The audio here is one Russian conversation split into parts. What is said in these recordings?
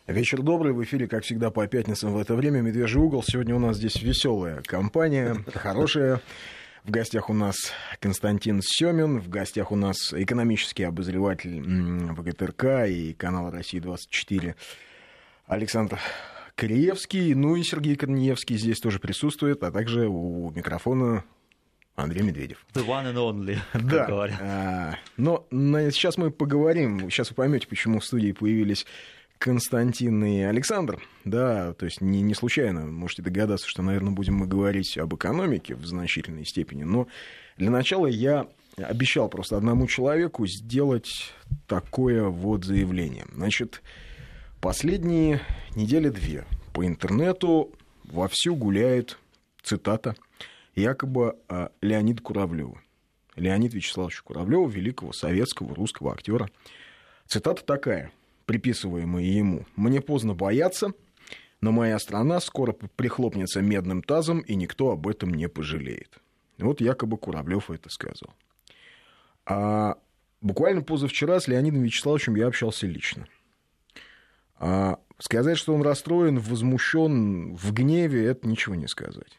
Вечер добрый, в эфире, как всегда, по пятницам в это время «Медвежий угол». Сегодня у нас здесь веселая компания, хорошая. В гостях у нас Константин Семин, в гостях у нас экономический обозреватель ВГТРК и канала «Россия-24» Александр Киреевский, ну и Сергей Корнеевский здесь тоже присутствует, а также у микрофона Андрей Медведев. The one and only, как да, говорят. Но сейчас мы поговорим, сейчас вы поймете, почему в студии появились Константин и Александр, да, то есть не случайно, можете догадаться, что, наверное, будем мы говорить об экономике в значительной степени, но для начала я обещал просто одному человеку сделать такое вот заявление. Значит, последние недели две по интернету вовсю гуляет цитата якобы Леонида Куравлева, Леонида Вячеславовича Куравлева, великого советского русского актера. Цитата такая, приписываемая ему: «Мне поздно бояться, но моя страна скоро прихлопнется медным тазом, и никто об этом не пожалеет». Вот якобы Куравлев это сказал. А буквально позавчера с Леонидом Вячеславовичем я общался лично. Сказать, что он расстроен, возмущен, в гневе, это ничего не сказать.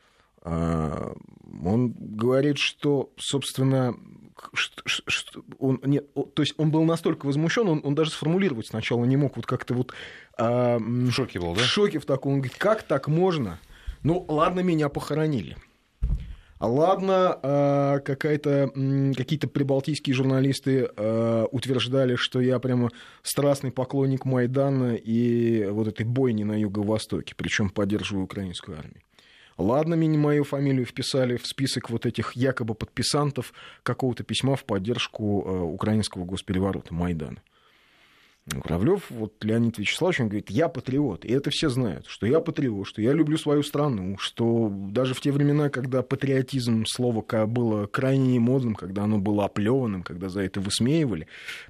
Он говорит, что, собственно, то есть он был настолько возмущен, он даже сформулировать сначала не мог, вот как-то вот в шоке был, да? В шоке в таком. Он говорит, как так можно? Ну, ладно, меня похоронили. Ладно, какие-то прибалтийские журналисты утверждали, что я прямо страстный поклонник Майдана и вот этой бойни на Юго-Востоке, причем поддерживаю украинскую армию. Ладно, мою фамилию вписали в список вот этих якобы подписантов какого-то письма в поддержку украинского госпереворота Майдана. Куравлев, вот Леонид Вячеславович, он говорит, я патриот, и это все знают, что я патриот, что я люблю свою страну, что даже в те времена, когда патриотизм, слово было крайне немодным, когда оно было оплеванным, когда за это высмеивали,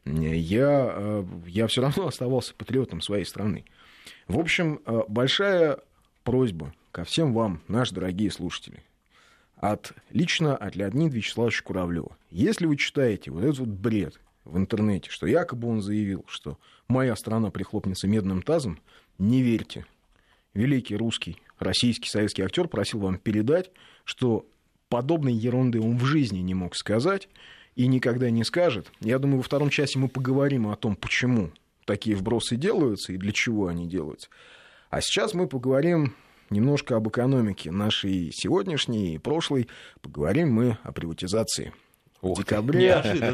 я все равно оставался патриотом своей страны. В общем, большая просьба ко всем вам, наши дорогие слушатели, лично от Леонида Вячеславовича Куравлева. Если вы читаете вот этот вот бред в интернете, что якобы он заявил, что моя страна прихлопнется медным тазом, не верьте. Великий русский, российский, советский актер просил вам передать, что подобной ерунды он в жизни не мог сказать и никогда не скажет. Я думаю, во втором часе мы поговорим о том, почему такие вбросы делаются и для чего они делаются. А сейчас мы поговорим немножко об экономике нашей сегодняшней и прошлой. Поговорим мы о приватизации. В декабре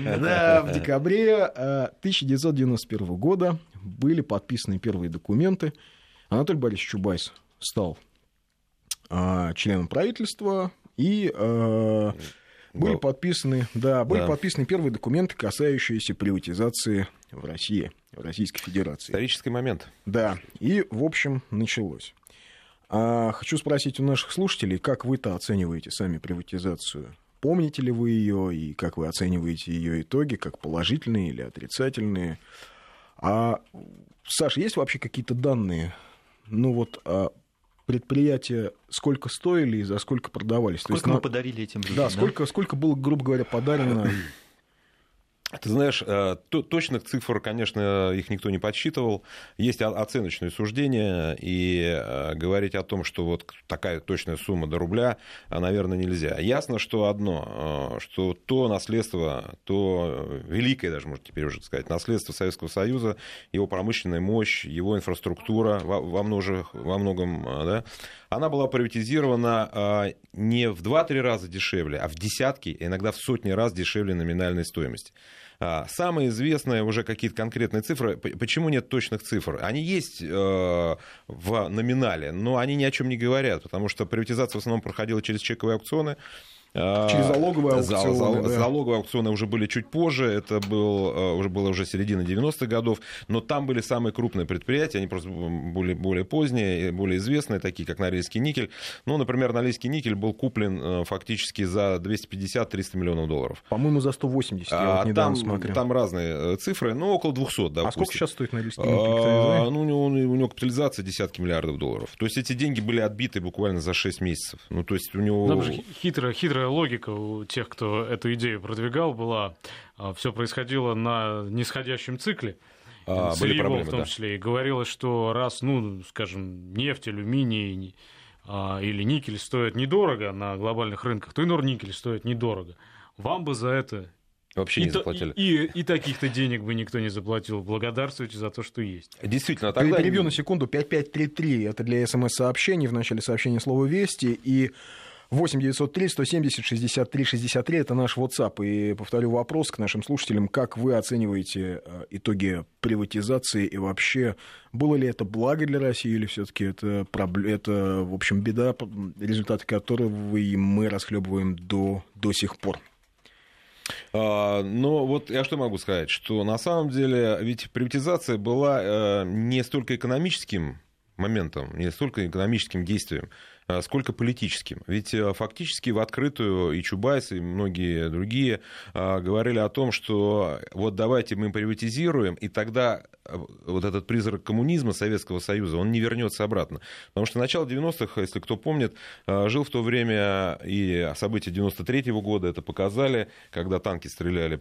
1991 года были подписаны первые документы. Анатолий Борисович Чубайс стал членом правительства, и были подписаны первые документы, касающиеся приватизации в России, в Российской Федерации. Исторический момент. Да, и, в общем, началось. Хочу спросить у наших слушателей, как вы-то оцениваете сами приватизацию? Помните ли вы ее, и как вы оцениваете ее итоги, как положительные или отрицательные? Саша, есть вообще какие-то данные? Предприятия сколько стоили и за сколько продавались? Сколько мы подарили этим людям? Да, сколько было, грубо говоря, подарено? Ты знаешь, точных цифр, конечно, их никто не подсчитывал. Есть оценочные суждения, и говорить о том, что вот такая точная сумма до рубля, наверное, нельзя. Ясно, что одно, что то наследство, то великое даже, можно теперь уже сказать, наследство Советского Союза, его промышленная мощь, его инфраструктура во многом, да, она была приватизирована не в 2-3 раза дешевле, а в десятки, иногда в сотни раз дешевле номинальной стоимости. Самые известные уже какие-то конкретные цифры. Почему нет точных цифр? Они есть в номинале, но они ни о чем не говорят, потому что приватизация в основном проходила через чековые аукционы. Через залоговые аукционы. Залоговые аукционы уже были чуть позже, это было уже середина 90-х годов, но там были самые крупные предприятия, они просто более поздние, более известные, такие как Норильский никель. Ну, например, Норильский никель был куплен фактически за 250-300 миллионов долларов. По-моему, за 180, я вот недавно смотрел. Там разные цифры, но около 200, да. Сколько сейчас стоит Норильский никель? У него капитализация десятки миллиардов долларов. То есть эти деньги были отбиты буквально за 6 месяцев. Ну, то есть у него... Хитрая логика у тех, кто эту идею продвигал, была: все происходило на нисходящем цикле, Были проблемы, в том числе, и говорилось, что раз, скажем, нефть, алюминий или никель стоят недорого на глобальных рынках, то и норникель стоит недорого. Вам бы за это вообще не заплатили. И таких-то денег бы никто не заплатил. Благодарствуйте за то, что есть. Действительно, тогда... Перебью на секунду. 5533 — это для СМС-сообщений. В начале сообщения слово «Вести». И 8-903-170-63-63 — это наш WhatsApp. И повторю вопрос к нашим слушателям. Как вы оцениваете итоги приватизации? И вообще, было ли это благо для России? Или все-таки это, в общем, беда, результаты которой мы расхлебываем до сих пор? Но вот я что могу сказать, что на самом деле ведь приватизация была не столько экономическим моментом, не столько экономическим действием, сколько политическим. Ведь фактически в открытую и Чубайс, и многие другие говорили о том, что вот давайте мы приватизируем, и тогда вот этот призрак коммунизма Советского Союза, он не вернется обратно. Потому что начало 90-х, если кто помнит, жил в то время, и события 93-го года это показали, когда танки стреляли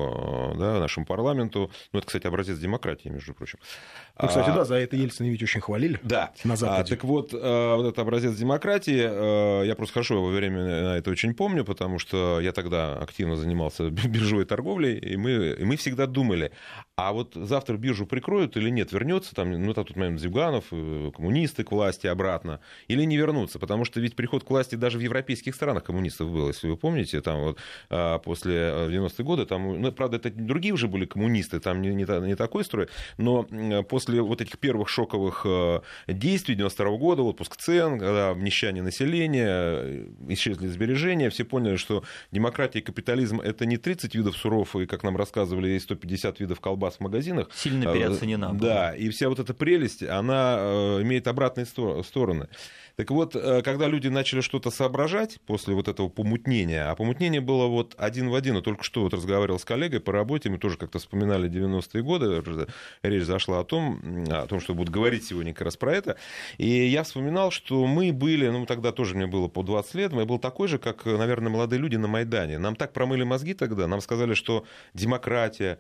по нашему парламенту. Ну, это, кстати, образец демократии, между прочим. Ну, кстати, да, за это Ельцина ведь очень хвалили. Да. На Западе. Так вот этот образец демократии, я просто хорошо его время это очень помню, потому что я тогда активно занимался биржевой торговлей, и мы всегда думали, а вот завтра биржу прикроют или нет, вернется там, на тот момент Зюганов, коммунисты к власти обратно, или не вернутся, потому что ведь приход к власти даже в европейских странах коммунистов был, если вы помните, там вот после 90-е годы, там, правда, это другие уже были коммунисты, там не такой строй, но после вот этих первых шоковых действий 92-го года, отпуск цен, когда обнищание населения, исчезли сбережения, все поняли, что демократия и капитализм — это не 30 видов суров, и, как нам рассказывали, есть 150 видов колбас в магазинах. Сильно переоценена. Да, и вся вот эта прелесть, она имеет обратные стороны. Так вот, когда люди начали что-то соображать после вот этого помутнения, а помутнение было вот один в один, но только что вот разговаривал с коллегой по работе, мы тоже как-то вспоминали 90-е годы, речь зашла о том, что будут говорить сегодня как раз про это, и я вспоминал, что мы были, тогда тоже мне было по 20 лет, я был такой же, как, наверное, молодые люди на Майдане. Нам так промыли мозги тогда, нам сказали, что демократия,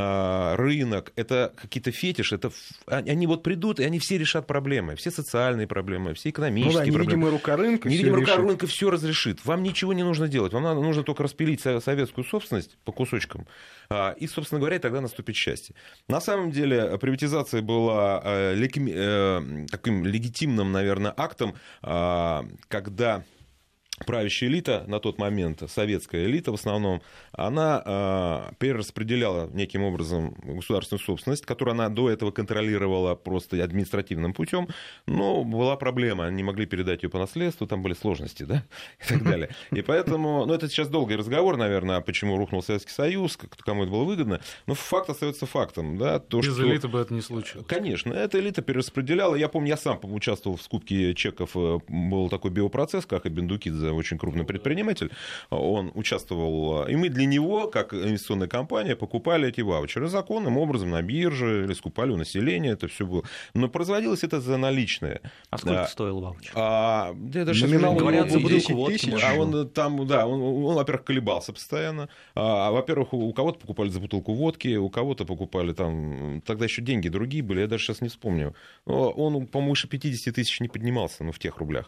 рынок — это какие-то фетиши, они вот придут, и они все решат проблемы, все социальные проблемы, все экономические проблемы. Невидимая рука рынка. Невидимая рука рынка все разрешит. Вам ничего не нужно делать. Вам нужно только распилить советскую собственность по кусочкам. И, собственно говоря, тогда наступит счастье. На самом деле, приватизация была таким легитимным, наверное, актом, когда правящая элита на тот момент, советская элита в основном, она перераспределяла неким образом государственную собственность, которую она до этого контролировала просто административным путем, но была проблема, они не могли передать ее по наследству, там были сложности, да, и так далее. И поэтому, это сейчас долгий разговор, наверное, почему рухнул Советский Союз, кому это было выгодно, но факт остается фактом, да. Без элиты бы это не случилось. Конечно, эта элита перераспределяла. Я помню, я сам участвовал в скупке чеков, был такой биопроцесс, как и Бендукидзе, очень крупный предприниматель, он участвовал, и мы для него, как инвестиционная компания, покупали эти ваучеры законным образом на бирже, или скупали у населения, это все было. Но производилось это за наличные. А сколько стоил ваучер? Номинал говорят, за 10 бутылку тысяч. водки. Он там, да, он, во-первых, колебался постоянно. Во-первых, у кого-то покупали за бутылку водки, у кого-то покупали там, тогда еще деньги другие были, я даже сейчас не вспомню. Он, по-моему, выше 50 тысяч не поднимался, в тех рублях.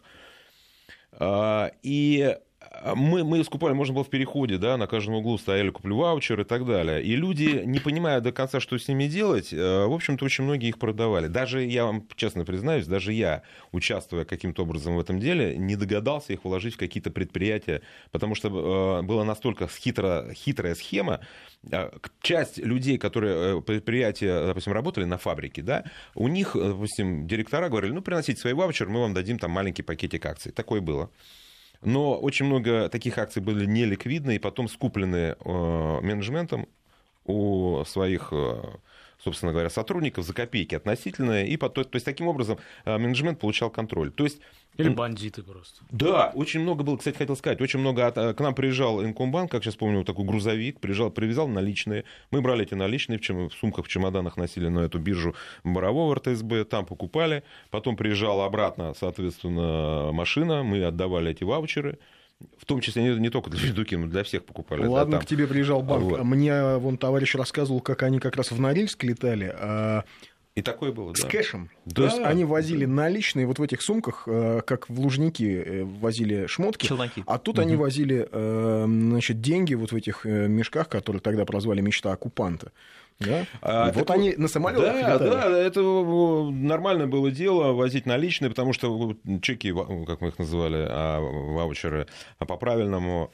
И мы скупали, можно было в переходе, да, на каждом углу стояли куплю ваучер и так далее. И люди, не понимая до конца, что с ними делать, в общем-то, очень многие их продавали. Даже, я вам честно признаюсь, даже я, участвуя каким-то образом в этом деле, не догадался их вложить в какие-то предприятия, потому что была настолько хитрая схема. Часть людей, которые предприятия, допустим, работали на фабрике, да, у них, допустим, директора говорили, приносите свои ваучеры, мы вам дадим там маленький пакетик акций. Такое было. Но очень много таких акций были неликвидны и потом скуплены менеджментом у своих, собственно говоря, сотрудников за копейки относительные. И то есть таким образом менеджмент получал контроль. То есть, или бандиты просто. Да, очень много было, кстати, хотел сказать, очень много к нам приезжал Инкомбанк, как сейчас помню, такой грузовик, привезал наличные. Мы брали эти наличные, в сумках, в чемоданах носили на эту биржу Борового РТСБ, там покупали. Потом приезжала обратно, соответственно, машина, мы отдавали эти ваучеры. В том числе не только для Федуки, но для всех покупали. Ладно, к тебе приезжал банк. Вот. Мне вон товарищ рассказывал, как они как раз в Норильск летали. И такое было, с да. кэшем. Да. То есть они возили наличные вот в этих сумках, как в Лужники возили шмотки. Челноки. А тут они возили, значит, деньги вот в этих мешках, которые тогда прозвали «Мечта оккупанта». Да? Вот они на самолетах летали. Да, это нормальное было дело возить наличные, потому что чеки, как мы их называли, ваучеры, по-правильному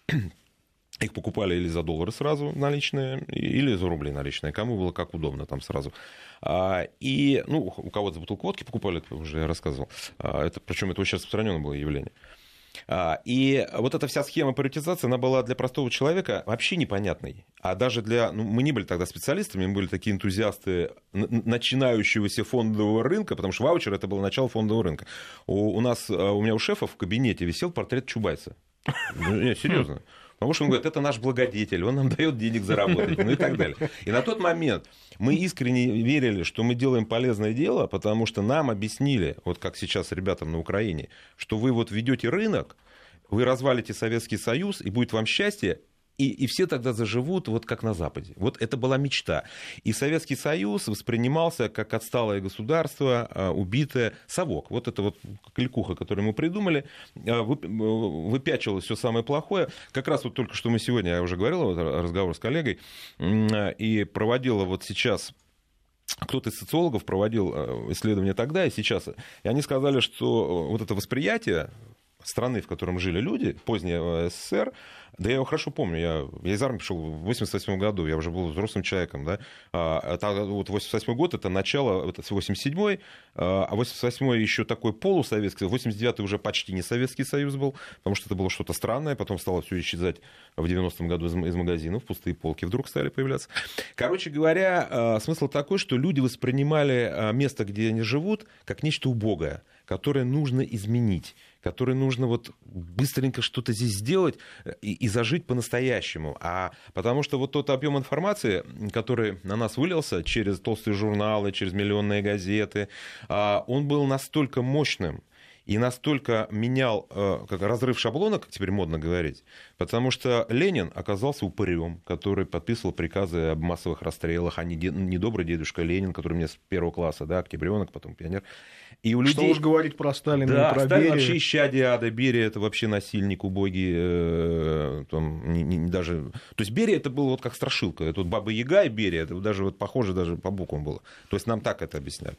их покупали или за доллары сразу наличные, или за рубли наличные. Кому было как удобно там сразу. И, у кого-то за бутылку водки покупали, это уже я рассказывал. Причем это очень распространенное было явление. И вот эта вся схема приоритизации, она была для простого человека вообще непонятной. А даже для... мы не были тогда специалистами, мы были такие энтузиасты начинающегося фондового рынка, потому что ваучер — это было начало фондового рынка. У меня у шефа в кабинете висел портрет Чубайса. Нет, серьезно. Потому что он говорит, это наш благодетель, он нам дает денег заработать, и так далее. И на тот момент мы искренне верили, что мы делаем полезное дело, потому что нам объяснили, вот как сейчас ребятам на Украине, что вы вот ведете рынок, вы развалите Советский Союз, и будет вам счастье, и все тогда заживут вот как на Западе. Вот это была мечта. И Советский Союз воспринимался как отсталое государство, убитое, совок. Вот это вот кликуха, которую мы придумали, выпячивало все самое плохое. Как раз вот только что мы сегодня, я уже говорил, вот разговор с коллегой, и проводила вот сейчас... Кто-то из социологов проводил исследования тогда и сейчас. И они сказали, что вот это восприятие страны, в котором жили люди, позднего СССР, да я его хорошо помню, я из армии пришел в 88 году, я уже был взрослым человеком, да, вот 88 год, это начало, это 87-й, а 88-й еще такой полусоветский, 89-й уже почти не Советский Союз был, потому что это было что-то странное, потом стало все исчезать в 90-м году из магазинов, пустые полки вдруг стали появляться. Короче говоря, смысл такой, что люди воспринимали место, где они живут, как нечто убогое, которое нужно изменить, которое нужно вот быстренько что-то здесь сделать и зажить по-настоящему. Потому что вот тот объем информации, который на нас вылился через толстые журналы, через миллионные газеты, он был настолько мощным и настолько менял как разрыв шаблона, как теперь модно говорить, потому что Ленин оказался упырем, который подписывал приказы об массовых расстрелах, а не добрый дедушка Ленин, который мне с первого класса, да, октябренок, потом пионер. И у людей... Что уж говорить про Сталина да, и про Сталин Берию. вообще исчадие ада, Берия — это вообще насильник, убогий, даже... То есть Берия — это было вот как страшилка, это вот Баба Яга и Берия, это даже вот похоже даже по буквам было. То есть нам так это объясняли.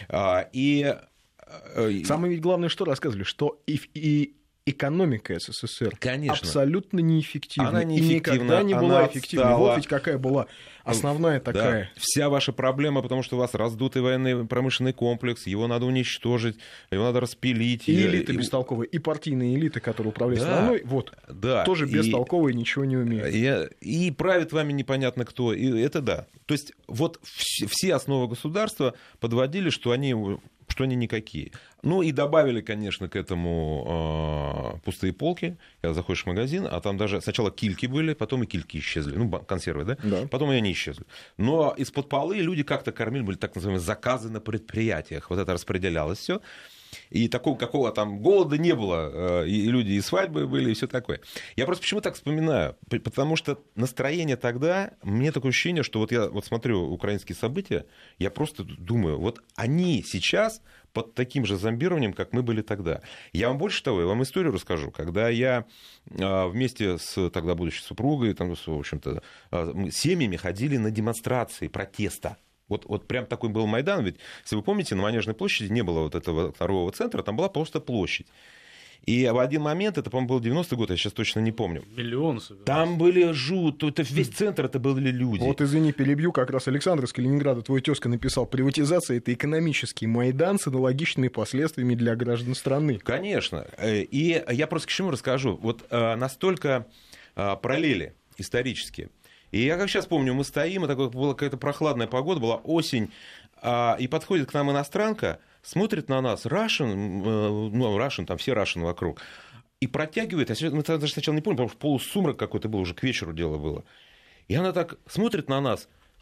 Самое ведь главное, что рассказывали, что и экономика СССР Конечно. абсолютно неэффективна. Она неэффективна, И никогда не была эффективной. отстала. Вот ведь какая была основная такая. Да. Вся ваша проблема, потому что у вас раздутый военный промышленный комплекс, его надо уничтожить, его надо распилить. И элиты бестолковые, и партийные элиты, которые управляют страной, вот, да. тоже бестолковые, ничего не умеют. И правит вами непонятно кто. И это да. То есть вот все основы государства подводили, что они никакие. Ну и добавили, конечно, к этому пустые полки. Когда заходишь в магазин, а там даже сначала кильки были, потом и кильки исчезли. Ну, консервы, да? Да. Потом и они исчезли. Но из-под полы люди как-то кормили, были так называемые заказы на предприятиях. Вот это распределялось все. И такого какого там голода не было. И люди и свадьбы были, и все такое. Я просто почему так вспоминаю? Потому что настроение тогда, мне такое ощущение, что вот я вот смотрю украинские события, я просто думаю, вот они сейчас под таким же зомбированием, как мы были тогда. Я вам больше того, я вам историю расскажу. Когда я вместе с тогда будущей супругой, там, в общем-то, семьями ходили на демонстрации протеста. Вот прям такой был Майдан. Ведь, если вы помните, на Манежной площади не было вот этого торгового центра, там была просто площадь. И в один момент, это, по-моему, был 90-й год, я сейчас точно не помню. Миллионы собирались. Там были это весь центр, это были люди. Вот, извини, перебью, как раз Александр из Калининграда, твой тезка, написал: приватизация — это экономический Майдан с аналогичными последствиями для граждан страны. Конечно. И я просто к чему расскажу. Вот настолько параллели исторические. И я как сейчас помню, мы стоим, и была какая-то прохладная погода, была осень, и подходит к нам иностранка, смотрит на нас, Russian, там все Russian вокруг, и протягивает, мы даже сначала не поняли, потому что полусумрак какой-то был, уже к вечеру дело было. И она так смотрит на нас,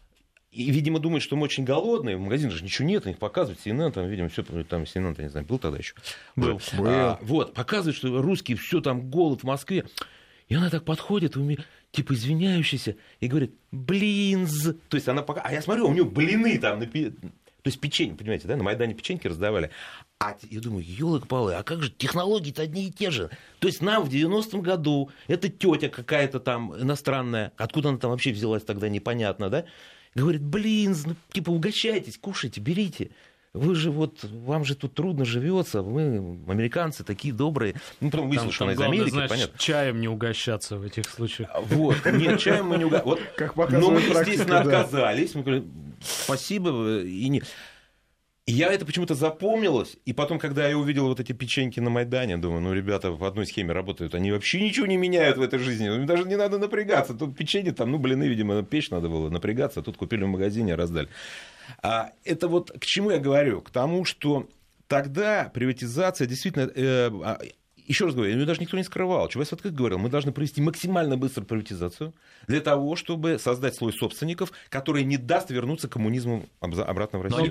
И, видимо, думают, что мы очень голодные. В магазинах же ничего нет, их показывают. CNN, там, видимо, все там CNN, я не знаю, был тогда еще. Был. Вот, показывают, что русские, все там голод в Москве. И она так подходит, типа извиняющаяся, и говорит, блинз. То есть она пока... А я смотрю, у нее блины там, то есть печенье, понимаете, да, на Майдане печеньки раздавали. А я думаю, ёлки-палы, а как же технологии-то одни и те же? То есть нам в 90-м году эта тетя какая-то там иностранная, откуда она там вообще взялась тогда, непонятно, да? Говорит, блин, типа угощайтесь, кушайте, берите. Вы же вам же тут трудно живется, мы, американцы, такие добрые. Ну, потом выяснилось, что она из Америки, значит, понятно. Чаем не угощаться в этих случаях. Вот, нет, чаем мы не угощаемся. Вот, как но мы, практика, естественно, да. отказались. Мы говорим, спасибо, и не... И я это почему-то запомнилось, и потом, когда я увидел вот эти печеньки на Майдане, думаю, ну, ребята в одной схеме работают, они вообще ничего не меняют в этой жизни, им даже не надо напрягаться, тут печенье, там, ну, блины, видимо, печь надо было напрягаться, а тут купили в магазине, раздали. Это вот к чему я говорю? К тому, что тогда приватизация действительно... Еще раз говорю, ее даже никто не скрывал. Чубайс открыто говорил, мы должны провести максимально быструю приватизацию для того, чтобы создать слой собственников, который не даст вернуться коммунизму обратно в Россию.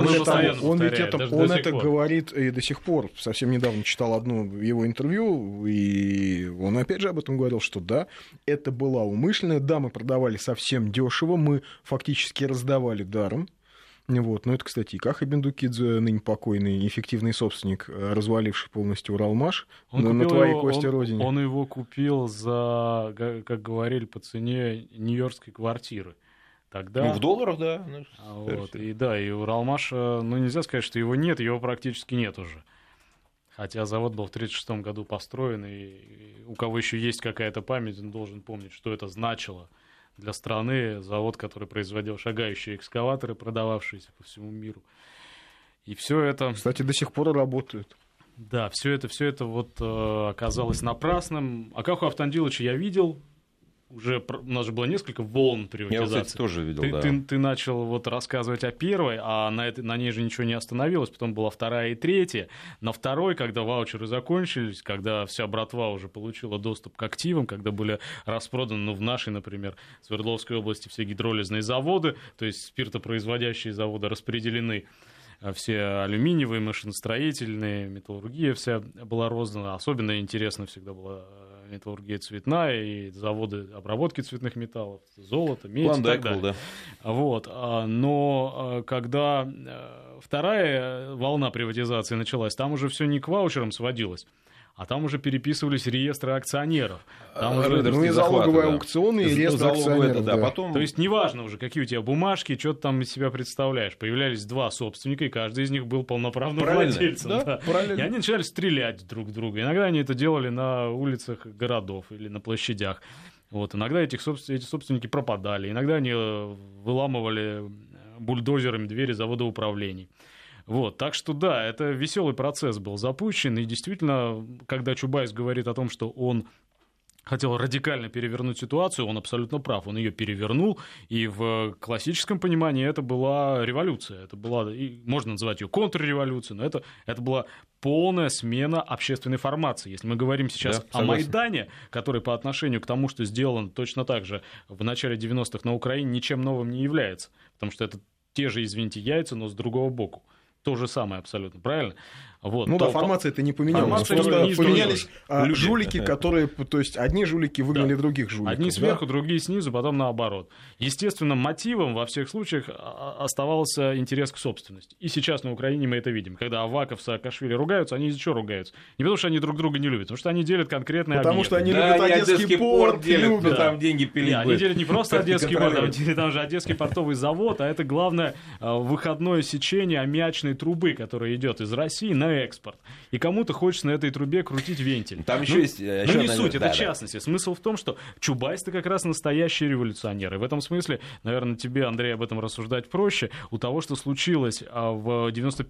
Он ведь это говорит и до сих пор. Совсем недавно читал одно его интервью, и он опять же об этом говорил, что да, это была умышленная, да, мы продавали совсем дешево, мы фактически раздавали даром. Вот. Но это, кстати, и Каха Бендукидзе, ныне покойный, эффективный собственник, разваливший полностью Уралмаш на твоей кости родине. Он его купил за, как говорили, по цене нью-йоркской квартиры. Тогда... Ну, в долларах, да. Вот. И да, и Уралмаш, ну, нельзя сказать, что его нет, его практически нет уже. Хотя завод был в 1936 году построен, и у кого еще есть какая-то память, он должен помнить, что это значило для страны, завод, который производил шагающие экскаваторы, продававшиеся по всему миру. И все это... Кстати, до сих пор работают. Да, все это вот оказалось напрасным. Акаху Автандиловича я видел. Уже у нас же было несколько волн приватизации. Я, кстати, тоже видел, да. Ты начал вот рассказывать о первой, а на ней же ничего не остановилось. Потом была вторая и третья. На второй, когда ваучеры закончились, когда вся братва уже получила доступ к активам, когда были распроданы, ну, в нашей, например, Свердловской области все гидролизные заводы, то есть спиртопроизводящие заводы распределены, все алюминиевые, машиностроительные, металлургия вся была роздана. Особенно интересно всегда была металлургия цветная и заводы обработки цветных металлов, золото, медь и так далее. Да. Вот. Но когда вторая волна приватизации началась, там уже все не к ваучерам сводилось, а там уже переписывались реестры акционеров. Там уже, и залоговые аукционы, и реестры акционеров. Да. Потом... То есть неважно уже, какие у тебя бумажки, что ты там из себя представляешь. Появлялись два собственника, и каждый из них был полноправным владельцем. Да? Да. И они начали стрелять друг в друга. Иногда они это делали на улицах городов или на площадях. Вот. Иногда эти собственники пропадали. Иногда они выламывали бульдозерами двери завода управлений. Вот, так что да, это веселый процесс был запущен, и действительно, когда Чубайс говорит о том, что он хотел радикально перевернуть ситуацию, он абсолютно прав, он ее перевернул, и в классическом понимании это была революция, это была, можно называть ее контрреволюцией, но это была полная смена общественной формации. Если мы говорим сейчас о Майдане, который по отношению к тому, что сделано точно так же в начале 90-х на Украине, ничем новым не является, потому что это те же, извините, яйца, но с другого боку. То же самое абсолютно, правильно? Вот. Ну да, формация-то не поменялась. Поменялись жулики, которые... То есть одни жулики выгнали других жуликов. Одни сверху, другие снизу, потом наоборот. Естественно, мотивом во всех случаях оставался интерес к собственности. И сейчас на Украине мы это видим. Когда Аваков и Саакашвили ругаются, они из-за чего ругаются? Не потому, что они друг друга не любят, потому что они делят конкретные объекты. Потому что они любят Одесский порт, любят там деньги пилить. Они делят не просто Одесский порт, там же Одесский портовый завод, а это главное выходное сечение аммиачной трубы, которая идет из России на экспорт. И кому-то хочется на этой трубе крутить вентиль. Там еще есть... не суть, это частности. Смысл в том, что Чубайс-то как раз настоящий революционер. И в этом смысле, наверное, тебе, Андрей, об этом рассуждать проще. У того, что случилось в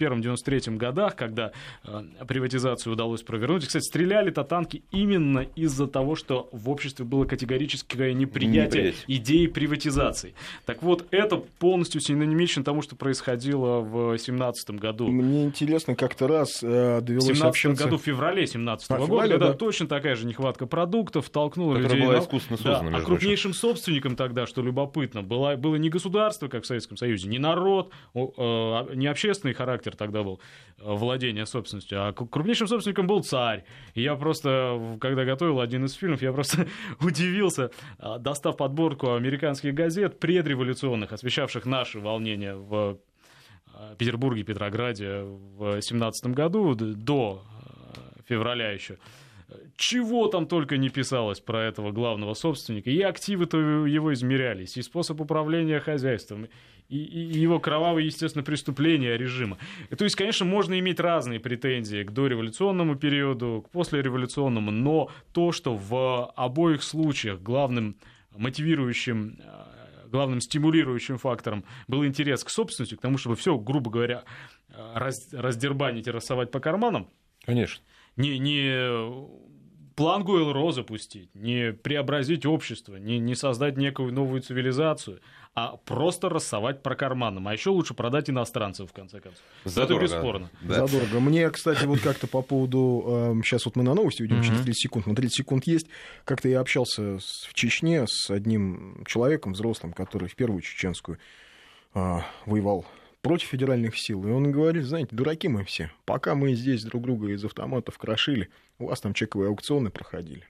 91-93 годах, когда приватизацию удалось провернуть. И, кстати, стреляли-то танки именно из-за того, что в обществе было категорическое неприятие идеи приватизации. Так вот, это полностью синонимично тому, что происходило в 17 году. Мне интересно, как-то раз довелось общаться... В 17 общаться... году, в феврале 17 года, когда точно такая же нехватка продуктов толкнула людей... Которая была искусственно создана, А крупнейшим собственником тогда, что любопытно, было не государство, как в Советском Союзе, не народ, не общественный характер тогда был владения собственностью, а крупнейшим собственником был царь. И я просто, когда готовил один из фильмов, я просто удивился, достав подборку американских газет предреволюционных, освещавших наши волнения в Петербурге, Петрограде в 17 году, до февраля еще. Чего там только не писалось про этого главного собственника. И активы-то его измерялись, и способ управления хозяйством, и его кровавые, естественно, преступления режима. То есть, конечно, можно иметь разные претензии к дореволюционному периоду, к послереволюционному, но то, что в обоих случаях главным мотивирующим, главным стимулирующим фактором был интерес к собственности, к тому, чтобы все, грубо говоря, раздербанить и рассовать по карманам. Конечно. Не план Гойл-Ро запустить, не преобразить общество, не создать некую новую цивилизацию, а просто рассовать по карманам. А еще лучше продать иностранцев, в конце концов. Задорого. Это бесспорно. Да. Задорого. Мне, кстати, вот как-то по поводу... Сейчас вот мы на новости уйдем, через 30 секунд. На 30 секунд есть. Как-то я общался в Чечне с одним человеком взрослым, который в Первую Чеченскую воевал против федеральных сил. И он говорит, знаете, дураки мы все. Пока мы здесь друг друга из автоматов крошили, у вас там чековые аукционы проходили.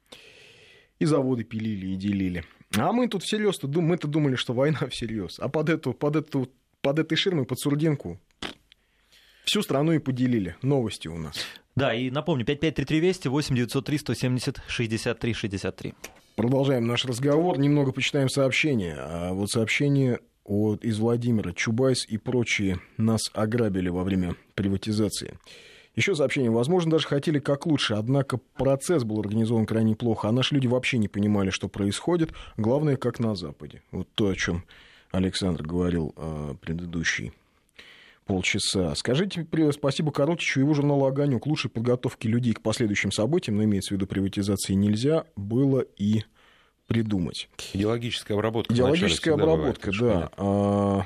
И заводы пилили, и делили. А мы тут всерьез-то мы-то думали, что война всерьез. А под этой ширмой, под сурдинку, всю страну и поделили. Новости у нас. Да, и напомню, 553320, 8903 170 63 63. Продолжаем наш разговор. Немного почитаем сообщения. А вот сообщение из Владимира. Чубайс и прочие нас ограбили во время приватизации. Еще сообщение. Возможно, даже хотели как лучше, однако процесс был организован крайне плохо, а наши люди вообще не понимали, что происходит. Главное, как на Западе. Вот то, о чем Александр говорил предыдущие полчаса. Скажите спасибо Коротичу и его журналу «Огонёк». Лучшей подготовки людей к последующим событиям, но имеется в виду приватизации, нельзя было и придумать. Идеологическая обработка. Идеологическая обработка, да.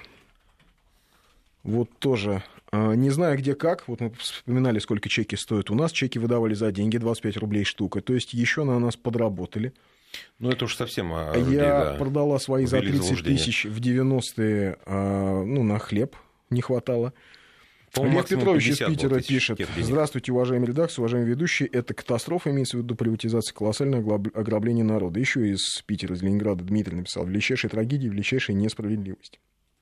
Вот тоже... Не знаю, где как. Вот мы вспоминали, сколько чеки стоят у нас. Чеки выдавали за деньги, 25 рублей штука. То есть еще на нас подработали. Ну, это уж совсем... Я продала свои за 30 тысяч в 90-е, на хлеб не хватало. Лев Петрович из Питера пишет. Здравствуйте, уважаемые редакции, уважаемые ведущие. Это катастрофа, имеется в виду приватизация, колоссальное ограбление народа. Еще из Питера, из Ленинграда Дмитрий написал. Величайшая трагедия, величайшая несправедливость.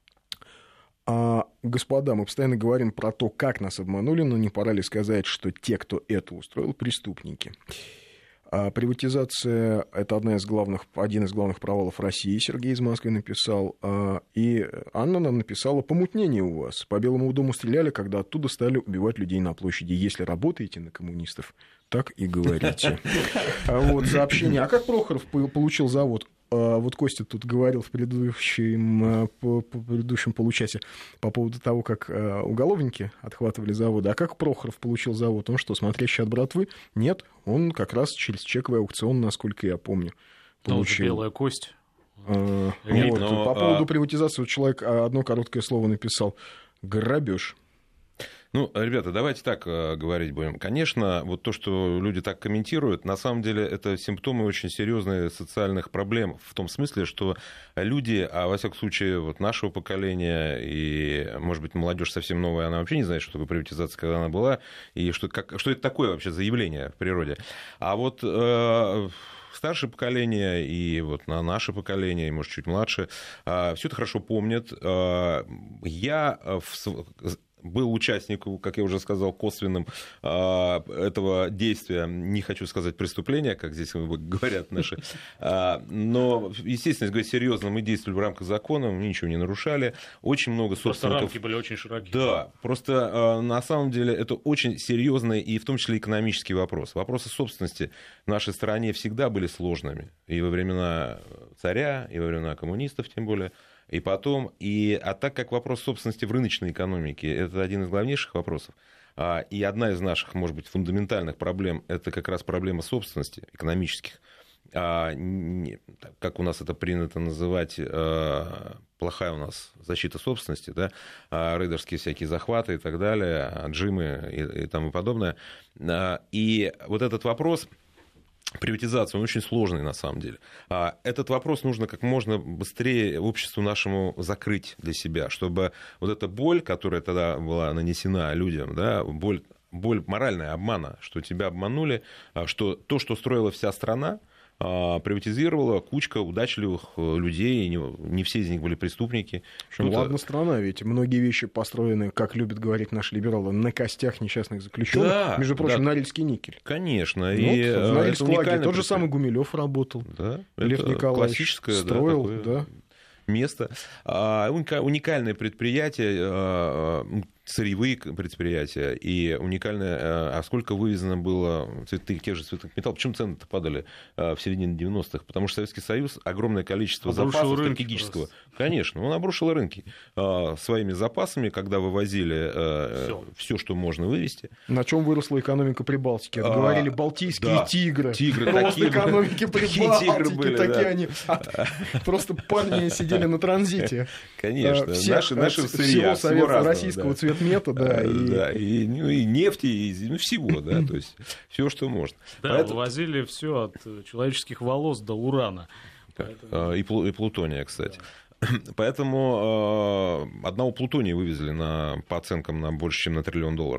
Господа, мы постоянно говорим про то, как нас обманули, но не пора ли сказать, что те, кто это устроил, преступники? Приватизация – это один из главных провалов России, Сергей из Москвы написал. И Анна нам написала: помутнение у вас. По Белому дому стреляли, когда оттуда стали убивать людей на площади. Если работаете на коммунистов, так и говорите. Вот сообщение. А как Прохоров получил завод? Вот Костя тут говорил в предыдущем получасе по поводу того, как уголовники отхватывали заводы. А как Прохоров получил завод? Он что, смотрящий от братвы? Нет, он как раз через чековый аукцион, насколько я помню, получил. Белая кость. По поводу приватизации вот человек одно короткое слово написал: грабеж. Ну, ребята, давайте так говорить будем. Конечно, вот то, что люди так комментируют, на самом деле это симптомы очень серьезных социальных проблем, в том смысле, что люди, а во всяком случае вот нашего поколения, и, может быть, молодежь совсем новая, она вообще не знает, что такое приватизация, когда она была, и что это такое вообще за явление в природе. А вот старшее поколение и вот наше поколение, и, может, чуть младше, все это хорошо помнят. Я был участником, как я уже сказал, косвенным этого действия, не хочу сказать преступления, как здесь говорят наши, но, естественно, говоря серьезно, мы действовали в рамках закона, мы ничего не нарушали, очень много собственников... Просто рамки были очень широкие. Да, просто на самом деле это очень серьезный и в том числе экономический вопрос. Вопросы собственности в нашей стране всегда были сложными, и во времена царя, и во времена коммунистов тем более. И потом, а так как вопрос собственности в рыночной экономике – это один из главнейших вопросов, и одна из наших, может быть, фундаментальных проблем – это как раз проблема собственности экономических как у нас это принято называть, плохая у нас защита собственности, да, рейдерские всякие захваты и так далее, джимы и тому подобное. И вот этот вопрос приватизации, он очень сложный на самом деле. Этот вопрос нужно как можно быстрее обществу нашему закрыть для себя, чтобы вот эта боль, которая тогда была нанесена людям, да, боль моральная обмана, что тебя обманули, что то, что строила вся страна, приватизировала кучка удачливых людей, не все из них были преступники. Ладно, страна, ведь многие вещи построены, как любят говорить наши либералы, на костях несчастных заключенных. Да, между прочим, Норильский никель. Конечно. Вот, и в Норильском лагере тот же самый Гумилев работал. Да, Лев Николаевич строил. Да, место. Уникальное предприятие, сырьевые предприятия, и уникальное, сколько вывезено было тех же цветных металлов. Почему цены-то падали в середине 90-х? Потому что Советский Союз огромное количество запасов стратегического. Конечно, он обрушил рынки своими запасами, когда вывозили все, что можно вывезти. На чем выросла экономика Прибалтики? Говорили, балтийские тигры. Тигры просто такие экономики Прибалтики. Такие они. Просто парни сидели на транзите. Конечно. Наши всего российского цветмета. И нефти, и всего, да, то есть все, что можно. Да, вывозили все от человеческих волос до урана. И плутония, кстати. Поэтому одного плутония вывезли по оценкам на больше, чем на $1 триллион.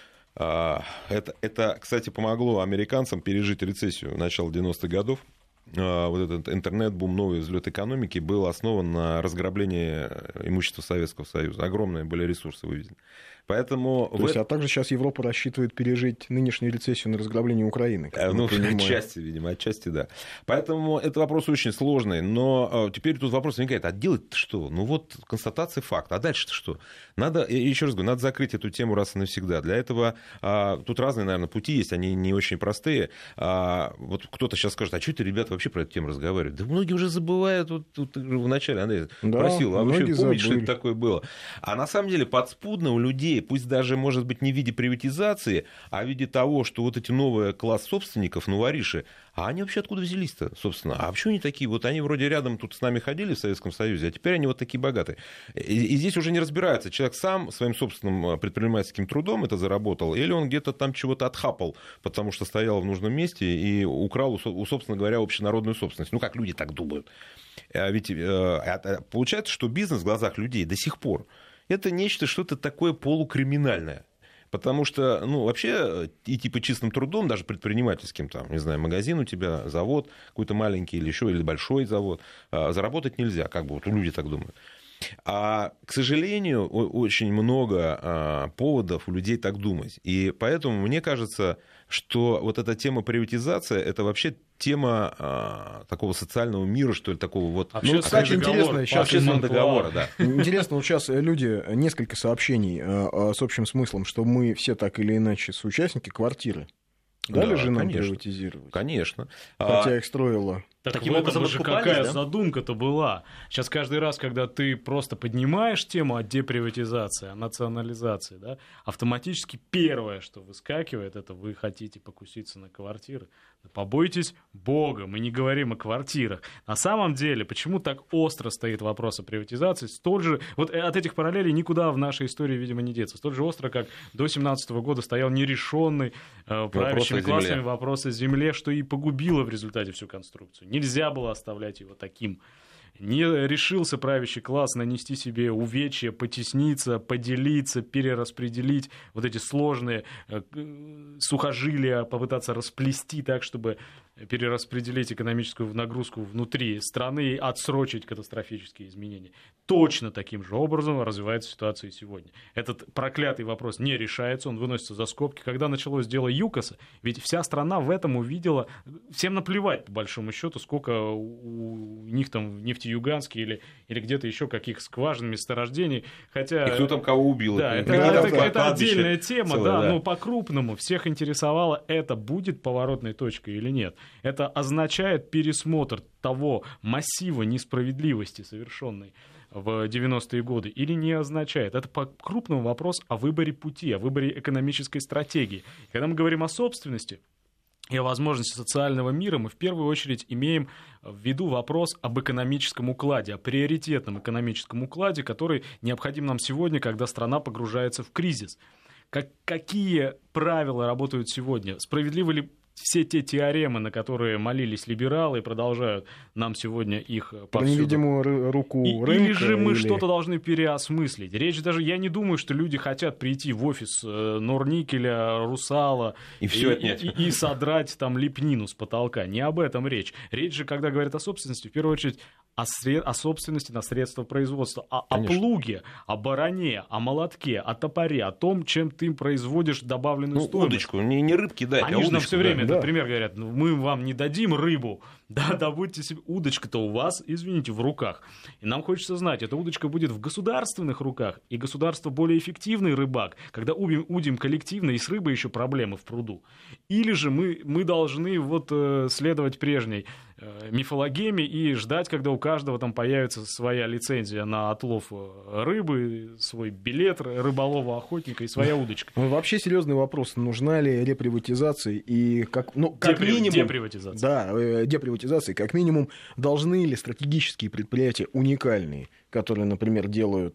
Это, кстати, помогло американцам пережить рецессию начала 90-х годов. Вот этот интернет-бум, новый взлет экономики был основан на разграблении имущества Советского Союза. Огромные были ресурсы вывезены. Поэтому а также сейчас Европа рассчитывает пережить нынешнюю рецессию на разграбление Украины. Отчасти, да. Поэтому это вопрос очень сложный. Но теперь тут вопрос возникает, а делать-то что? Ну вот констатация факта. А дальше-то что? Надо, еще раз говорю, надо закрыть эту тему раз и навсегда. Для этого тут разные, наверное, пути есть, они не очень простые. Вот кто-то сейчас скажет, а что это, ребята, вообще про эту тему разговаривают? Да многие уже забывают. Вот в начале Андрей просил, а вы вообще помните, что это такое было? А на самом деле подспудно у людей, пусть даже, может быть, не в виде приватизации, а в виде того, что вот эти новые класс собственников, новориши, а они вообще откуда взялись-то, собственно? А почему они такие? Вот они вроде рядом тут с нами ходили в Советском Союзе, а теперь они вот такие богатые. И здесь уже не разбирается, человек сам своим собственным предпринимательским трудом это заработал, или он где-то там чего-то отхапал, потому что стоял в нужном месте и украл, собственно говоря, общенародную собственность. Ну, как люди так думают. Ведь получается, что бизнес в глазах людей до сих пор это нечто, что-то такое полукриминальное. Потому что, вообще идти по чистым трудом, даже предпринимательским, там, не знаю, магазин у тебя, завод какой-то маленький или большой завод, заработать нельзя, как бы вот люди так думают. А, к сожалению, очень много поводов у людей так думать. И поэтому мне кажется, что вот эта тема приватизации, это вообще тема такого социального мира, что ли, такого вот... Кстати, интересно, сейчас общественного договора, да. Интересно, вот сейчас люди, несколько сообщений с общим смыслом, что мы все так или иначе соучастники квартиры. Дали же нам приватизировать? Конечно. Хотя их строила. Таким образом же какая задумка-то была? Сейчас каждый раз, когда ты просто поднимаешь тему о деприватизации, о национализации, да, автоматически первое, что выскакивает, это вы хотите покуситься на квартиры. Да побойтесь Бога, мы не говорим о квартирах. На самом деле, почему так остро стоит вопрос о приватизации, столь же, вот от этих параллелей никуда в нашей истории, видимо, не деться, столь же остро, как до 2017 года стоял нерешенный правящими классами вопрос о земле, что и погубило в результате всю конструкцию. Нельзя было оставлять его таким. Не решился правящий класс нанести себе увечья, потесниться, поделиться, перераспределить вот эти сложные сухожилия, попытаться расплести так, чтобы перераспределить экономическую нагрузку внутри страны и отсрочить катастрофические изменения. Точно таким же образом развивается ситуация и сегодня. Этот проклятый вопрос не решается, он выносится за скобки. Когда началось дело ЮКОСа, ведь вся страна в этом увидела, всем наплевать, по большому счету, сколько у них там в Нефтеюганске или где-то еще каких скважин, месторождений. Хотя, и кто там кого убил. Да, это отдельная тема, целая, да, но по-крупному всех интересовало, это будет поворотной точкой или нет. Это означает пересмотр того массива несправедливости, совершенной в 90-е годы, или не означает. Это по-крупному вопрос о выборе пути, о выборе экономической стратегии. Когда мы говорим о собственности, и о возможности социального мира, мы в первую очередь имеем в виду вопрос об экономическом укладе, о приоритетном экономическом укладе, который необходим нам сегодня, когда страна погружается в кризис. Какие правила работают сегодня? Справедливы ли все те теоремы, на которые молились либералы и продолжают нам сегодня их повсюду? Невидимую руку рынка? Или же мы что-то должны переосмыслить? Речь даже, я не думаю, что люди хотят прийти в офис Норникеля, Русала и содрать там лепнину с потолка. Не об этом речь. Речь же, когда говорят о собственности, в первую очередь о собственности на средства производства, о плуге, о баране, о молотке, о топоре, о том, чем ты производишь добавленную стоимость. Удочку, не рыбки дать, Они же нам все время этот пример говорят: мы вам не дадим рыбу, да, добудьте себе. Удочка-то у вас, извините, в руках. И нам хочется знать, эта удочка будет в государственных руках, и государство более эффективный рыбак, когда удим коллективно, и с рыбой еще проблемы в пруду. Или же мы должны следовать прежней мифологеме и ждать, когда у каждого там появится своя лицензия на отлов рыбы, свой билет рыболова, охотника и своя удочка. Вообще серьезный вопрос: нужна ли реприватизация и как минимум... Деприватизация. Да, деприватизация. Как минимум, должны ли стратегические предприятия уникальные, которые, например, делают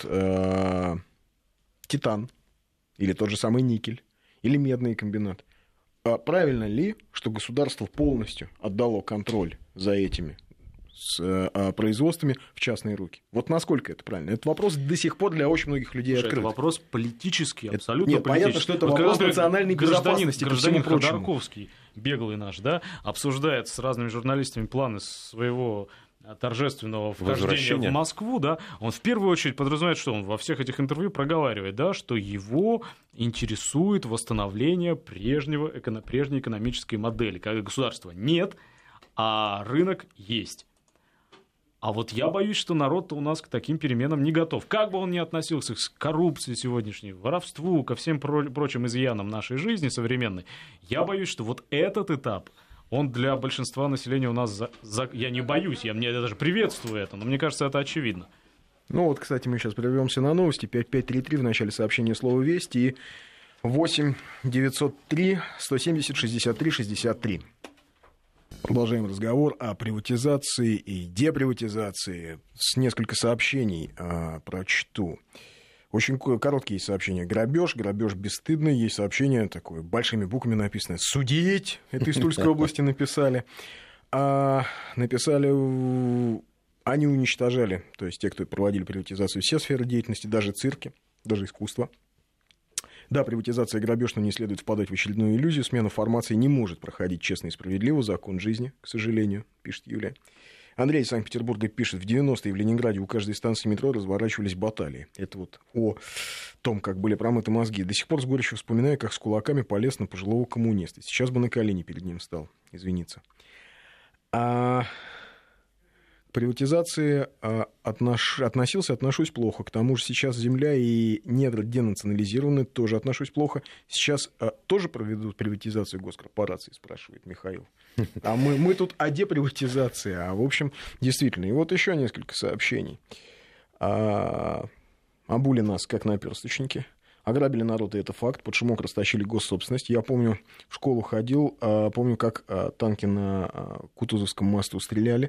титан, или тот же самый никель, или медный комбинат, правильно ли, что государство полностью отдало контроль за этими производствами в частные руки? Вот насколько это правильно? Этот вопрос до сих пор для очень многих людей открыт. Это вопрос политический, абсолютно Нет, политический. Понятно, что это вопрос национальной безопасности. Гражданин Ходорковский, беглый наш, да, обсуждает с разными журналистами планы своего торжественного вхождения в Москву, да, он в первую очередь подразумевает, что он во всех этих интервью проговаривает, да, что его интересует восстановление прежней экономической модели, когда государства нет, а рынок есть. А вот я боюсь, что народ-то у нас к таким переменам не готов. Как бы он ни относился к коррупции сегодняшней, воровству, ко всем прочим изъянам нашей жизни современной, я боюсь, что вот этот этап, он для большинства населения у нас... Я не боюсь, я даже приветствую это, но мне кажется, это очевидно. Ну вот, кстати, мы сейчас прервемся на новости. 5533 в начале сообщения слово «Вести» и 8 903 170 63 63. Продолжаем разговор о приватизации и деприватизации. С несколько сообщений прочту. Очень короткие сообщения. Грабеж бесстыдный. Есть сообщение такое, большими буквами написано «Судить». Это из Тульской области написали. Написали, они уничтожали, то есть те, кто проводили приватизацию, все сферы деятельности, даже цирки, даже искусство. Да, приватизация и грабеж, но не следует впадать в очередную иллюзию. Смена формации не может проходить честно и справедливо. Закон жизни, к сожалению, пишет Юлия. Андрей из Санкт-Петербурга пишет: в 90-е в Ленинграде у каждой станции метро разворачивались баталии. Это вот о том, как были промыты мозги. До сих пор с горечью вспоминаю, как с кулаками полез на пожилого коммуниста. Сейчас бы на колени перед ним встал, извиниться. К приватизации отношусь плохо. К тому же сейчас земля и недра денационализированы, тоже отношусь плохо. Сейчас тоже проведут приватизацию госкорпораций, спрашивает Михаил. А мы тут о деприватизации. А в общем, действительно. И вот еще несколько сообщений. Обули нас, как наперсточники. Ограбили народ, и это факт. Под шумок растащили госсобственность. Я помню, в школу ходил, помню, как танки на Кутузовском мосту стреляли.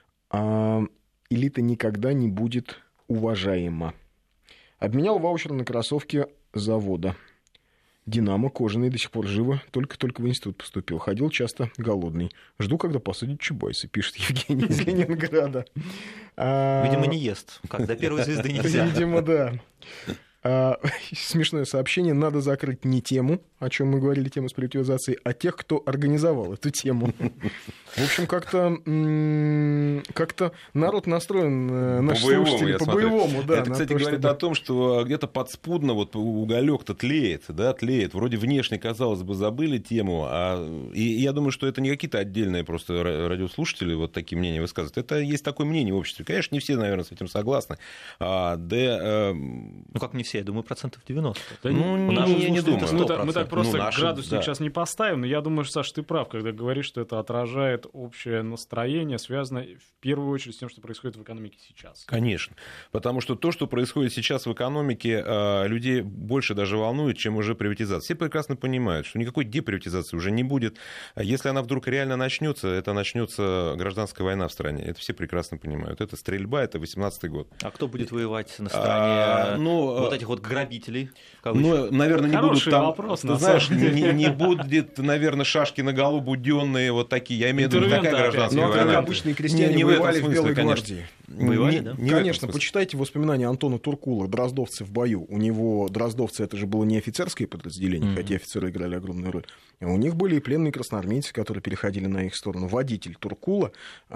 Элита никогда не будет уважаема. Обменял ваучер на кроссовки завода. Динамо кожаный, до сих пор живо, только в институт поступил. Ходил часто голодный. Жду, когда посадят Чубайса, пишет Евгений из Ленинграда. Видимо, не ест. Как до первой звезды нельзя. Видимо, да. Смешное сообщение. Надо закрыть не тему, о чем мы говорили, тему с приватизацией, а тех, кто организовал эту тему. В общем, как-то народ настроен, наши слушатели, по-боевому. Да, это, кстати, говорит о том, что где-то подспудно вот уголек-то тлеет, да, тлеет. Вроде внешне, казалось бы, забыли тему, и я думаю, что это не какие-то отдельные просто радиослушатели вот такие мнения высказывают. Это есть такое мнение в обществе. Конечно, не все, наверное, с этим согласны. Ну, как не все все, я думаю, 90%. Да я не думаю. Мы так просто градусник сейчас не поставим, но я думаю, что, Саша, ты прав, когда говоришь, что это отражает общее настроение, связанное в первую очередь с тем, что происходит в экономике сейчас. Конечно. Потому что то, что происходит сейчас в экономике, людей больше даже волнует, чем уже приватизация. Все прекрасно понимают, что никакой деприватизации уже не будет. Если она вдруг реально начнется, это начнется гражданская война в стране. Это все прекрасно понимают. Это стрельба, это 18-й год. А кто будет воевать на стороне вот этих вот грабителей? Наверное, не будут там... Вопрос, ты знаешь, не будет, наверное, шашки на голову буденные вот такие. Я имею в виду, такая гражданская война. Как обычные крестьяне воевали в Белой гвардии. Воевали, да? Конечно, почитайте воспоминания Антона Туркула «Дроздовцы в бою». У него дроздовцы — это же было не офицерское подразделение, хотя офицеры играли огромную роль. У них были и пленные красноармейцы, которые переходили на их сторону. Водитель Туркула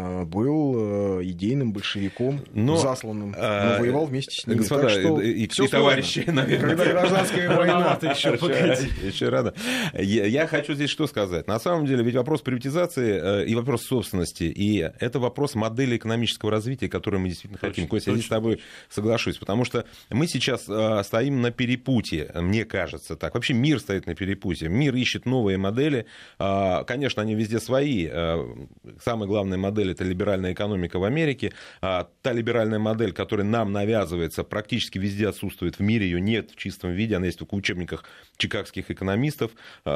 был идейным большевиком, засланным, но воевал вместе с ними. Господа, и товарищи, наверное. Когда гражданская война, ты еще рано. Я хочу здесь что сказать. На самом деле, ведь вопрос приватизации и вопрос собственности, и это вопрос модели экономического развития, который мы действительно хотим. Костя, я с тобой соглашусь, потому что мы сейчас стоим на перепутье, мне кажется так. Вообще мир стоит на перепутье. Мир ищет новые модели. Конечно, они везде свои. Самая главная модель — это либеральная экономика в Америке. Та либеральная модель, которая нам навязывается, практически везде отсутствует в мире. Ее нет в чистом виде. Она есть только в учебниках чикагских экономистов.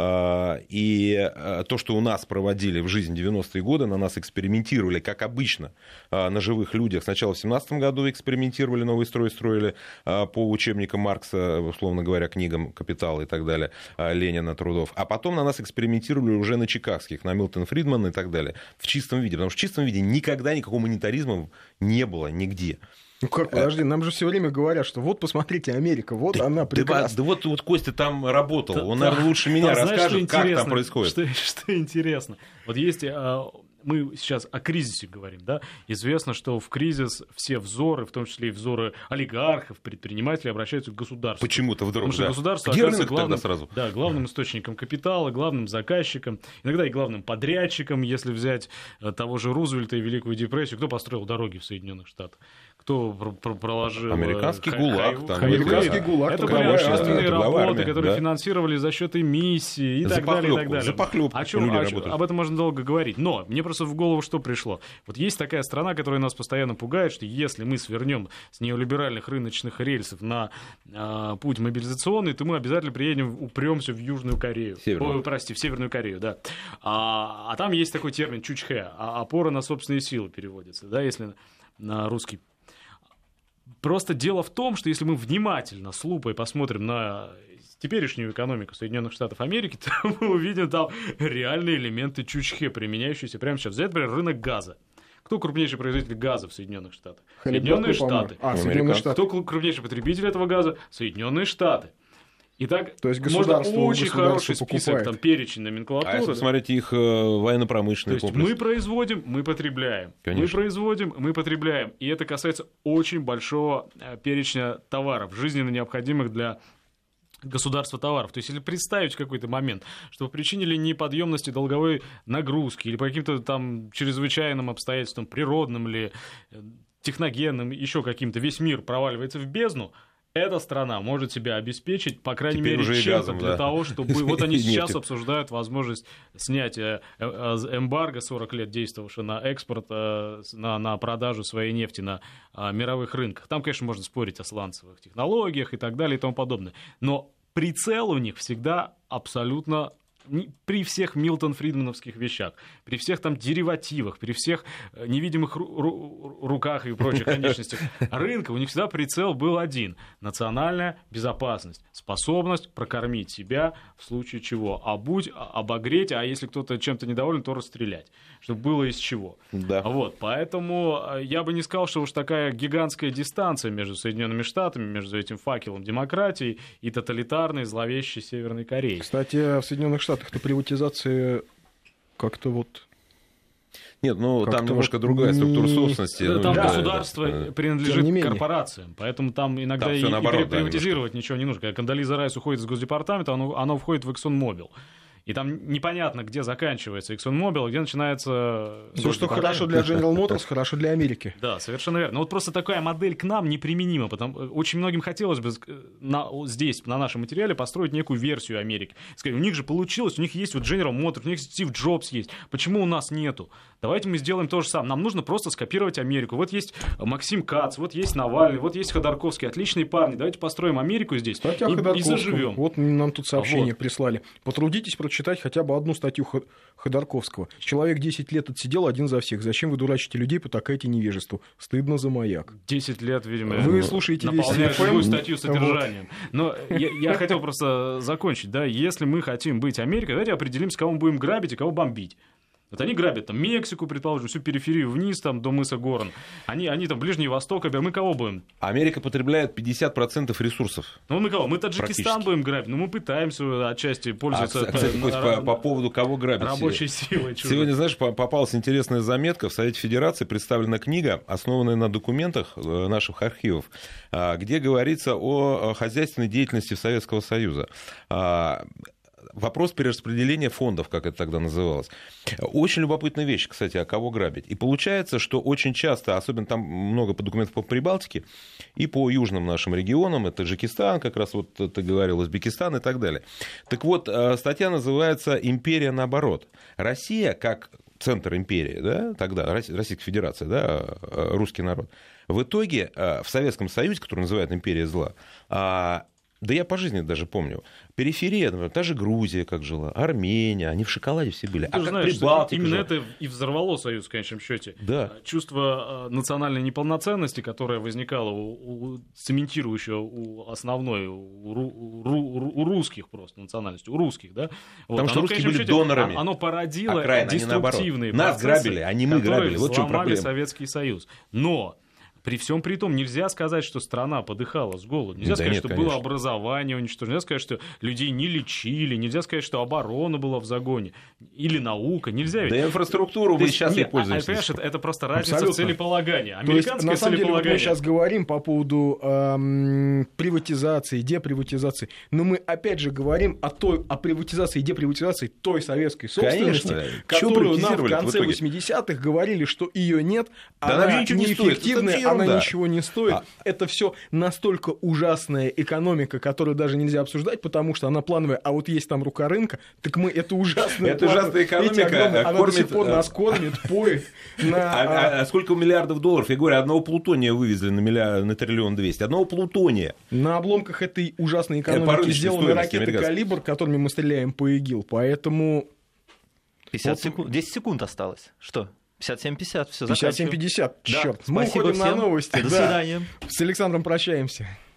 И то, что у нас проводили в жизнь 90-е годы, на нас экспериментировали, как обычно, на живых людях. Сначала в 17 году экспериментировали, новый строй строили по учебникам Маркса, условно говоря, книгам «Капитал» и так далее, Ленина, трудов. А потом на нас экспериментировали уже на чикагских, на Милтон Фридман и так далее, в чистом виде. Потому что в чистом виде никогда никакого монетаризма не было нигде. Ну как, подожди, нам же все время говорят, что вот, посмотрите, Америка, вот она прекрасна. Да вот Костя там работал, он, наверное, лучше меня расскажет, как там происходит. Что интересно. Вот есть... Мы сейчас о кризисе говорим, да? Известно, что в кризис все взоры, в том числе и взоры олигархов, предпринимателей, обращаются к государству. Почему-то вдруг, потому что государство оказывается главным источником капитала, главным заказчиком, иногда и главным подрядчиком, если взять того же Рузвельта и Великую депрессию. Кто построил дороги в Соединенных Штатах? Кто проложил... Американский ГУЛАГ. Американский ГУЛАГ. Это были общественные работы, которые финансировали за счет эмиссии и так далее, и так далее. За похлебку люди работали. Об этом можно долго говорить. Но мне просто в голову что пришло. Вот есть такая страна, которая нас постоянно пугает, что если мы свернем с неолиберальных рыночных рельсов на путь мобилизационный, то мы обязательно приедем, упремся в Южную Корею. В Северную Корею, да. А там есть такой термин чучхэ, опора на собственные силы переводится, да, если на русский. Просто дело в том, что если мы внимательно с лупой посмотрим на теперешнюю экономику Соединенных Штатов Америки, то мы увидим там реальные элементы чучхэ, применяющиеся прямо сейчас. Взять, например, рынок газа. Кто крупнейший производитель газа в Соединенных Штатах? Соединенные Штаты. Кто крупнейший потребитель этого газа? Соединенные Штаты. Итак, то есть можно очень хороший список, там, перечень номенклатуры. А если посмотреть их военно-промышленный комплекс? То есть мы производим, мы потребляем. Конечно. Мы производим, мы потребляем. И это касается очень большого перечня товаров, жизненно необходимых для государства товаров. То есть, если представить в какой-то момент, что по причине ли неподъемности долговой нагрузки или по каким-то там чрезвычайным обстоятельствам, природным ли, техногенным, еще каким-то, весь мир проваливается в бездну, эта страна может себя обеспечить, по крайней мере, чем-то для того, чтобы... Вот они сейчас обсуждают возможность снятия эмбарго 40 лет действовавшего на экспорт, на продажу своей нефти на мировых рынках. Там, конечно, можно спорить о сланцевых технологиях и так далее и тому подобное. Но прицел у них всегда абсолютно... При всех Милтон-Фридмановских вещах, при всех там деривативах, при всех невидимых руках и прочих конечностях рынка, у них всегда прицел был один. Национальная безопасность, способность прокормить себя в случае чего. Обогреть, а если кто-то чем-то недоволен, то расстрелять, чтобы было из чего. Да. Вот, поэтому я бы не сказал, что уж такая гигантская дистанция между Соединенными Штатами, между этим факелом демократии и тоталитарной, зловещей Северной Кореей. Кстати, в Соединенных Штатах приватизация как-то вот... Нет, ну там немножко другая структура собственности. Там государство принадлежит корпорациям, поэтому там иногда там и наоборот, приватизировать ничего не нужно. Когда Кондолиза Райс уходит из Госдепартамента, оно входит в ExxonMobil. И там непонятно, где заканчивается ExxonMobil, где начинается... То, что хорошо для General Motors, хорошо для Америки. Да, совершенно верно. Но вот просто такая модель к нам неприменима, потому очень многим хотелось бы здесь, на нашем материале, построить некую версию Америки. Сказать, у них же получилось, у них есть вот General Motors, у них Стив Джобс есть. Почему у нас нету? Давайте мы сделаем то же самое. Нам нужно просто скопировать Америку. Вот есть Максим Кац, вот есть Навальный, вот есть Ходорковский. Отличные парни. Давайте построим Америку здесь и заживем. Вот нам тут сообщение прислали. Потрудитесь прочитать хотя бы одну статью Ходорковского. Человек 10 лет отсидел один за всех. Зачем вы дурачите людей, потакаете невежеству? Стыдно за Маяк. 10 лет, видимо, вы слушаете наполняют любую статью содержанием. Вот. Но я хотел просто закончить. Да? Если мы хотим быть Америкой, давайте определимся, кого мы будем грабить и кого бомбить. Вот они грабят там Мексику, предположим, всю периферию вниз там, до мыса Горн. Они там Ближний Восток, а мы кого будем? Америка потребляет 50% ресурсов. Ну мы кого? Мы Таджикистан будем грабить. Ну мы пытаемся отчасти пользоваться... Кстати, по поводу кого грабить. Рабочей силой. Сегодня, знаешь, попалась интересная заметка. В Совете Федерации представлена книга, основанная на документах наших архивов, где говорится о хозяйственной деятельности Советского Союза. Вопрос перераспределения фондов, как это тогда называлось. Очень любопытная вещь, кстати, а кого грабить. И получается, что очень часто, особенно там много документов по Прибалтике и по южным нашим регионам, это Таджикистан, как раз вот ты говорил, Узбекистан и так далее. Так вот, статья называется «Империя наоборот». Россия, как центр империи, да, тогда Российская Федерация, да, русский народ, в итоге в Советском Союзе, который называют «Империя зла», да я по жизни даже помню. Периферия, например, та же Грузия как жила, Армения, они в шоколаде все были. Ты знаешь, Прибалтика именно это и взорвало Союз в конечном счете. Да. Чувство национальной неполноценности, которое возникало у цементирующего, у основной, у русских просто национальности, у русских, да? Потому вот, что русские были донорами. Оно породило окраина, деструктивные процессы, нас грабили, а не мы грабили. Вот в чем проблема. Советский Союз. Но... При всем при том, нельзя сказать, что страна подыхала с голоду. Нельзя сказать, что было образование уничтожено. Нельзя сказать, что людей не лечили. Нельзя сказать, что оборона была в загоне. Или наука. Нельзя ведь. Да инфраструктуру вы сейчас не пользуетесь. Понимаешь, это просто разница в целеполагании. Американское целеполагание. Мы сейчас говорим по поводу приватизации, деприватизации. Но мы опять же говорим о приватизации и деприватизации той советской собственности, которую нам в конце 80-х говорили, что ее нет, она неэффективная, она ничего не стоит. Это все настолько ужасная экономика, которую даже нельзя обсуждать, потому что она плановая, а вот есть там рука рынка, так мы это ужасная экономика, она до сих пор нас кормит, поет. А сколько миллиардов долларов? Я говорю, одного плутония вывезли на триллион 200. Одного плутония. На обломках этой ужасной экономики сделаны ракеты «Калибр», которыми мы стреляем по ИГИЛ, поэтому... 50 секунд, 10 секунд осталось. Что? 57-50, все 57-50, черт. Да, мы уходим всем. На новости. До свидания. С Александром прощаемся.